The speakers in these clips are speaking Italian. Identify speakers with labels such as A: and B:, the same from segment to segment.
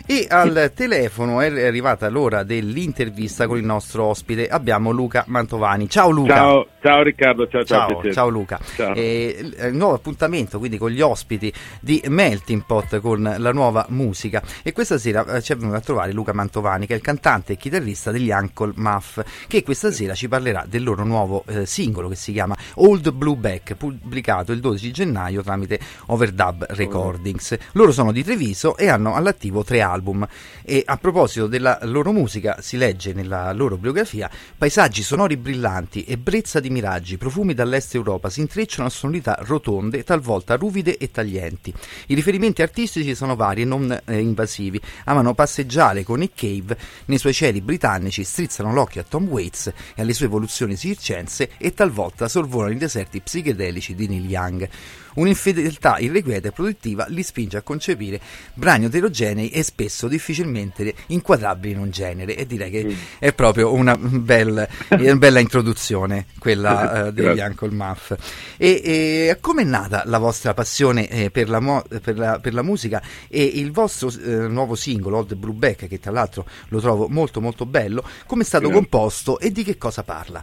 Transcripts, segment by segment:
A: E al telefono è arrivata l'ora dell'intervista con il nostro ospite. Abbiamo Luca Mantovani. Ciao Luca.
B: Ciao Riccardo,
A: Ciao Luca.
B: Ciao.
A: Il nuovo appuntamento quindi con gli ospiti di Melting Pot, con la nuova musica. E questa sera ci è venuto a trovare Luca Mantovani, che è il cantante e chitarrista degli Uncle Muff, che questa sera ci parlerà del loro nuovo singolo che si chiama Old Blue Back, pubblicato il 12 gennaio tramite Overdub Recordings. Loro sono di Treviso e hanno all'attivo 3 album. E a proposito della loro musica, si legge nella loro biografia: paesaggi sonori brillanti, ebbrezza di miraggi, profumi dall'est Europa si intrecciano a sonorità rotonde, talvolta ruvide e taglienti. I riferimenti artistici sono vari e non invasivi. Amano passeggiare con Nick Cave nei suoi cieli britannici, strizzano l'occhio a Tom Waits e alle sue evoluzioni circense e talvolta sorvolano i deserti psichedelici di Neil Young. Un'infedeltà irrequieta e produttiva li spinge a concepire brani eterogenei e spesso difficilmente inquadrabili in un genere, e direi che è proprio una bella introduzione quella degli Uncle Muff. E com'è nata la vostra passione per la musica e il vostro nuovo singolo Old Blue Back, che tra l'altro lo trovo molto molto bello? Come è stato composto e di che cosa parla?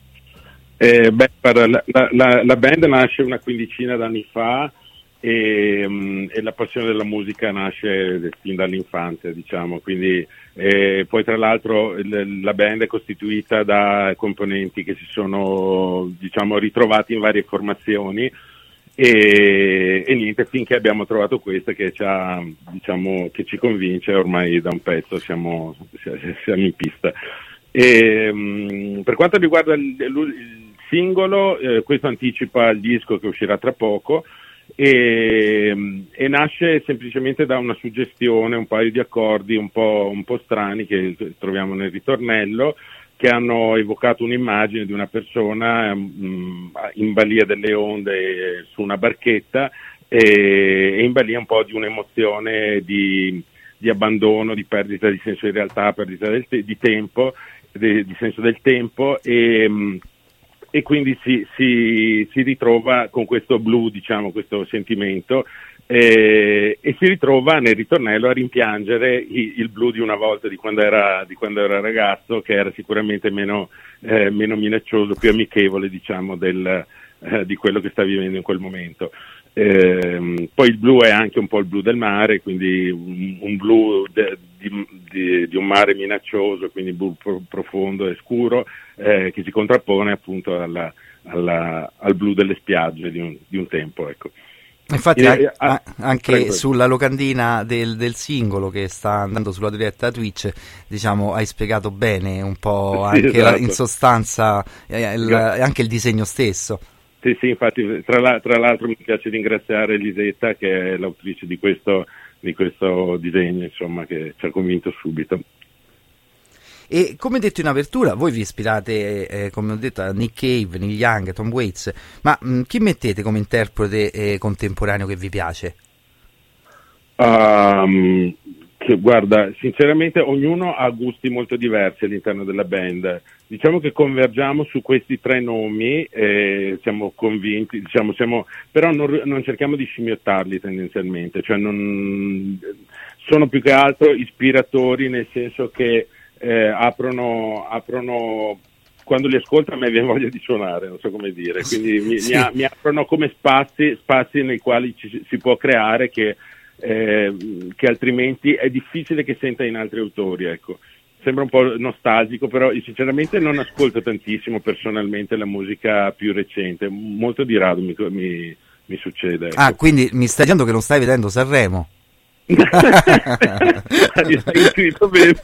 B: La band nasce una quindicina d'anni fa e la passione della musica nasce fin dall'infanzia, diciamo, quindi poi tra l'altro la band è costituita da componenti che si sono, diciamo, ritrovati in varie formazioni e niente, finché abbiamo trovato questa che ci convince. Ormai da un pezzo siamo in pista. Per quanto riguarda il singolo, questo anticipa il disco che uscirà tra poco e nasce semplicemente da una suggestione, un paio di accordi un po' strani che troviamo nel ritornello, che hanno evocato un'immagine di una persona in balia delle onde su una barchetta e in balia un po' di un'emozione di abbandono, di perdita di senso di realtà, perdita di tempo, di senso del tempo, e quindi si ritrova con questo blu, diciamo, questo sentimento, e si ritrova nel ritornello a rimpiangere il blu di una volta, di quando era ragazzo, che era sicuramente meno minaccioso, più amichevole, diciamo, di quello che sta vivendo in quel momento. Poi il blu è anche un po' il blu del mare, quindi un blu di un mare minaccioso, quindi blu profondo e scuro, che si contrappone appunto al blu delle spiagge di un tempo, ecco.
A: Infatti anche sulla locandina del singolo che sta andando sulla diretta Twitch, diciamo, hai spiegato bene un po' anche
B: esatto.
A: in sostanza anche il disegno stesso.
B: Sì, infatti tra l'altro mi piace ringraziare Elisetta, che è l'autrice di questo disegno, insomma, che ci ha convinto subito.
A: E come detto in apertura, voi vi ispirate, come ho detto, a Nick Cave, Neil Young, Tom Waits, ma chi mettete come interprete contemporaneo che vi piace?
B: Guarda, sinceramente ognuno ha gusti molto diversi all'interno della band. Diciamo che convergiamo su questi 3 nomi, siamo convinti, diciamo, però non cerchiamo di scimmiottarli tendenzialmente, cioè sono più che altro ispiratori, nel senso che aprono, quando li ascolto a me viene voglia di suonare, non so come dire, quindi mi aprono come spazi nei quali si può creare che altrimenti è difficile che senta in altri autori, ecco. Sembra un po' nostalgico, però io sinceramente non ascolto tantissimo personalmente la musica più recente, molto di rado mi succede, ecco.
A: Ah, quindi mi stai dicendo che non stai vedendo Sanremo?
B: Hai intuito bene.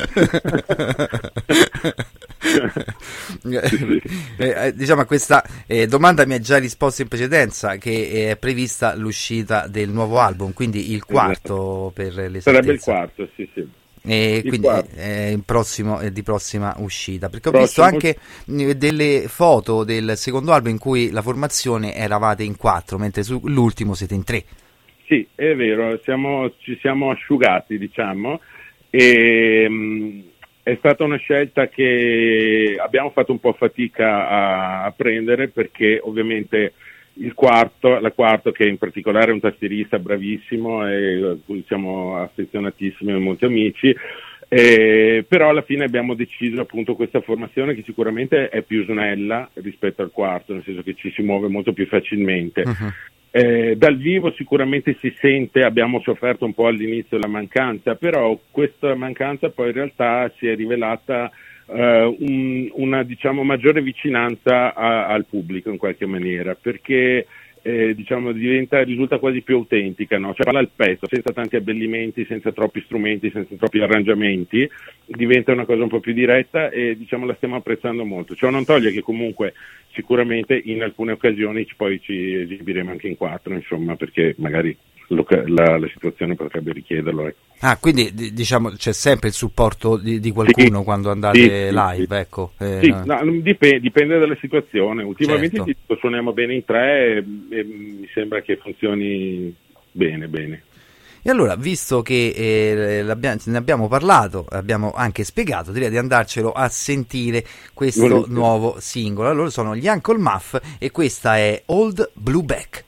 A: Diciamo, a questa domanda mi hai già risposto in precedenza, che è prevista l'uscita del nuovo album, quindi il quarto, per l'esattezza.
B: Sarebbe il quarto, sì.
A: E quindi è di prossima uscita, perché ho visto anche delle foto del secondo album in cui la formazione eravate in 4, mentre sull'ultimo siete in 3.
B: Sì, è vero, ci siamo asciugati, diciamo, e è stata una scelta che abbiamo fatto un po' fatica a prendere, perché ovviamente la quarto, che in particolare è un tastierista bravissimo e a cui siamo affezionatissimi e molti amici. Però alla fine abbiamo deciso appunto questa formazione che sicuramente è più snella rispetto al quarto, nel senso che ci si muove molto più facilmente. Dal vivo sicuramente si sente, abbiamo sofferto un po' all'inizio la mancanza, però questa mancanza poi in realtà si è rivelata una diciamo maggiore vicinanza al pubblico in qualche maniera, perché diciamo risulta quasi più autentica, no? Cioè parla il pezzo senza tanti abbellimenti, senza troppi strumenti, senza troppi arrangiamenti, diventa una cosa un po' più diretta e diciamo la stiamo apprezzando molto. Ciò non toglie che comunque sicuramente in alcune occasioni poi ci esibiremo anche in quattro, insomma, perché magari la situazione potrebbe richiederlo. Ecco.
A: Quindi diciamo c'è sempre il supporto di qualcuno quando andate live, ecco.
B: No, dipende dalla situazione. Ultimamente suoniamo bene in tre e mi sembra che funzioni bene.
A: E allora, visto che ne abbiamo parlato, abbiamo anche spiegato, direi di andarcelo a sentire questo nuovo singolo. Allora sono gli Uncle Muff e questa è Old Blueback.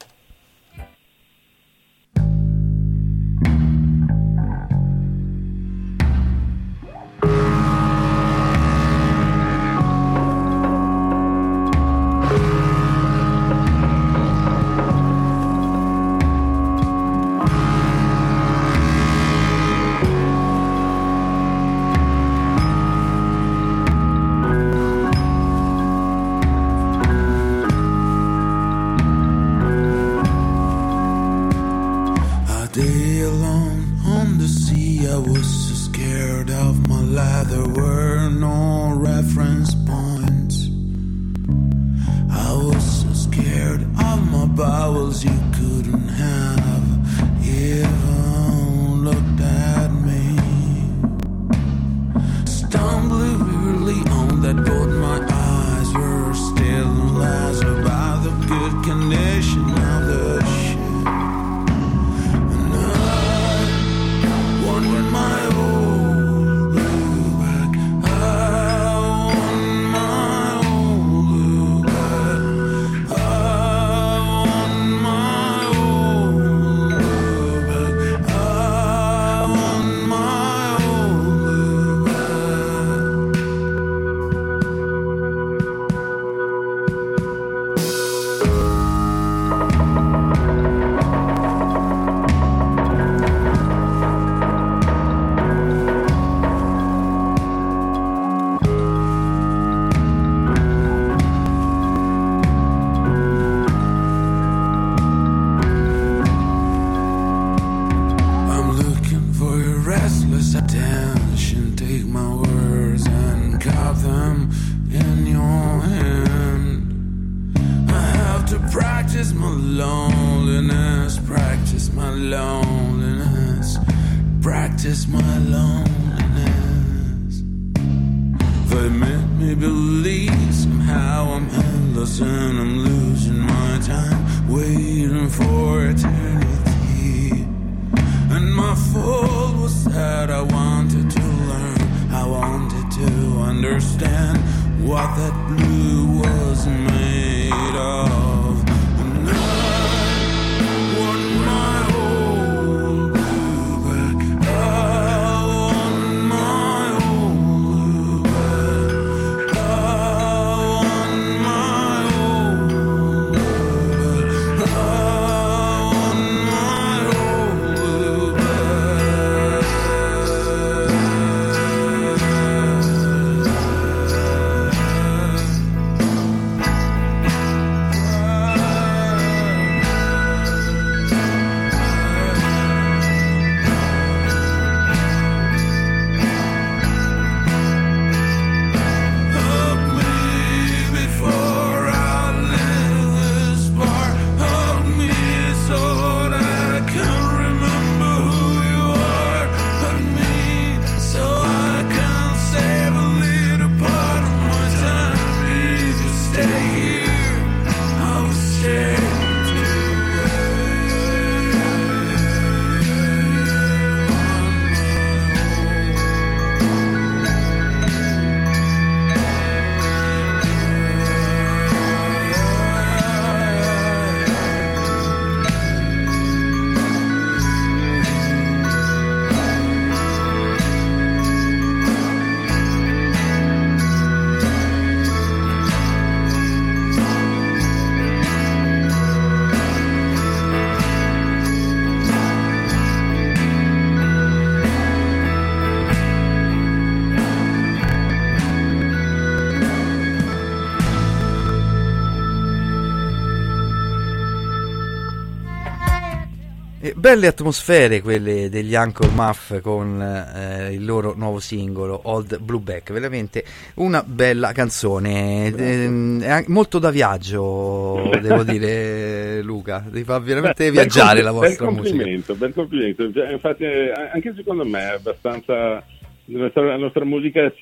A: Belle atmosfere quelle degli Uncle Muff con il loro nuovo singolo Old Blueback, veramente una bella canzone, molto da viaggio, devo dire, Luca, ti fa veramente viaggiare la vostra musica.
B: Bel complimento, infatti anche secondo me è abbastanza, la nostra musica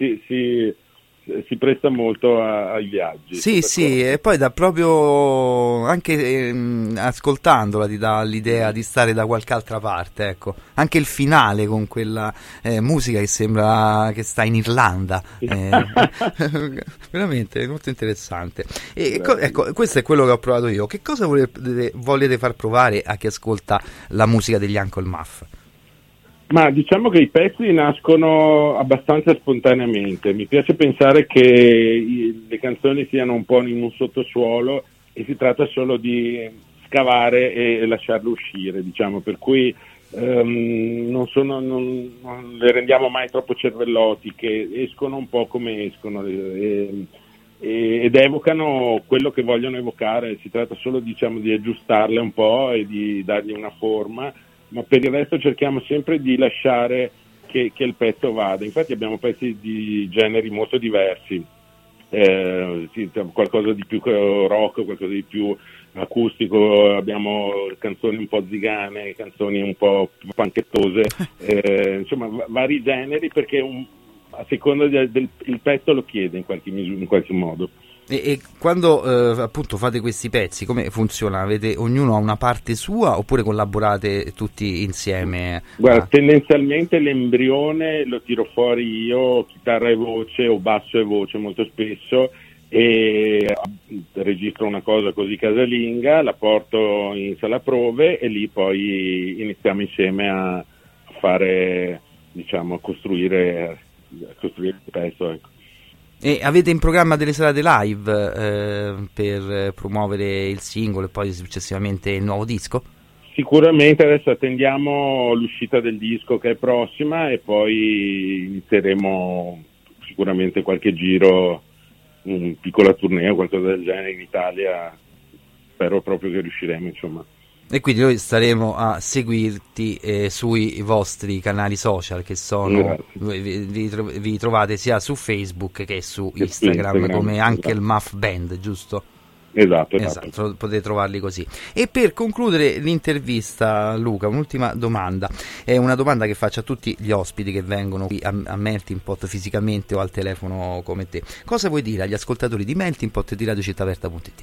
B: si presta molto ai viaggi.
A: Sì, e poi dà proprio, anche ascoltandola ti dà l'idea di stare da qualche altra parte, ecco. Anche il finale con quella musica che sembra che sta in Irlanda, veramente molto interessante. Ecco, questo è quello che ho provato io. Che cosa volete far provare a chi ascolta la musica degli Uncle Muff?
B: Ma diciamo che i pezzi nascono abbastanza spontaneamente. Mi piace pensare che le canzoni siano un po' in un sottosuolo e si tratta solo di scavare e lasciarle uscire, diciamo, per cui non le rendiamo mai troppo cervellotiche, escono un po' come escono ed evocano quello che vogliono evocare. Si tratta solo, diciamo, di aggiustarle un po' e di dargli una forma, ma per il resto cerchiamo sempre di lasciare che il pezzo vada. Infatti abbiamo pezzi di generi molto diversi, qualcosa di più rock, qualcosa di più acustico, abbiamo canzoni un po' zigane, canzoni un po' panchettose, insomma vari generi, perché a seconda il pezzo lo chiede in qualche modo.
A: E quando appunto fate questi pezzi, come funziona? Ognuno ha una parte sua oppure collaborate tutti insieme?
B: Guarda, tendenzialmente l'embrione lo tiro fuori io, chitarra e voce o basso e voce molto spesso, e registro una cosa così casalinga, la porto in sala prove e lì poi iniziamo insieme a fare, diciamo, a costruire il pezzo, ecco.
A: E avete in programma delle serate live per promuovere il singolo e poi successivamente il nuovo disco?
B: Sicuramente adesso attendiamo l'uscita del disco che è prossima e poi inizieremo sicuramente qualche giro, un piccolo tournée o qualcosa del genere in Italia. Spero proprio che riusciremo, insomma.
A: E quindi noi staremo a seguirti sui vostri canali social, che sono, vi trovate sia su Facebook che su Instagram come anche il Muff Band, giusto?
B: Esatto,
A: potete trovarli così. E per concludere l'intervista, Luca, un'ultima domanda, è una domanda che faccio a tutti gli ospiti che vengono qui a Melting Pot fisicamente o al telefono come te. Cosa vuoi dire agli ascoltatori di Melting Pot e di RadioCittAperta.it?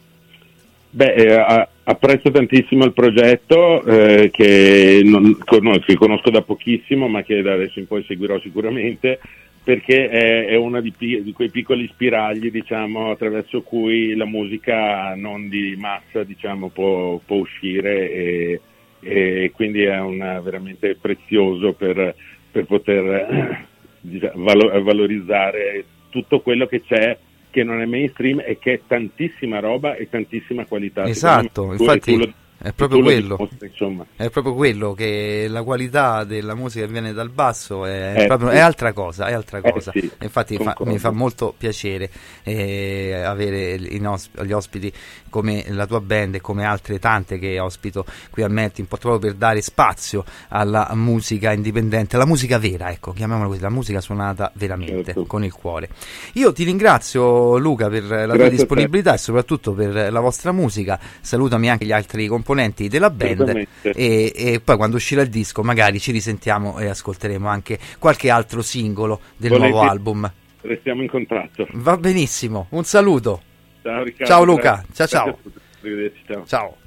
B: Apprezzo tantissimo il progetto che conosco da pochissimo, ma che da adesso in poi seguirò sicuramente, perché è uno di quei piccoli spiragli, diciamo, attraverso cui la musica non di massa, diciamo, può uscire e quindi è veramente prezioso per poter valorizzare tutto quello che c'è, che non è mainstream e che è tantissima roba e tantissima qualità.
A: Esatto, infatti è proprio quello,
B: dimostri,
A: è proprio quello, che la qualità della musica che viene dal basso è altra cosa,
B: Sì,
A: infatti mi fa molto piacere avere gli ospiti come la tua band e come altre tante che ospito qui a Melting Pot, proprio per dare spazio alla musica indipendente, la musica vera, ecco, chiamiamola così, la musica suonata veramente, certo, con il cuore. Io ti ringrazio, Luca, per la tua disponibilità e soprattutto per la vostra musica. Salutami anche gli altri componenti della band e poi quando uscirà il disco magari ci risentiamo e ascolteremo anche qualche altro singolo del nuovo album.
B: Restiamo in contatto.
A: Va benissimo, un saluto.
B: Ciao Riccardo.
A: Ciao Luca, ciao.
B: Arrivederci, ciao.
A: Ciao.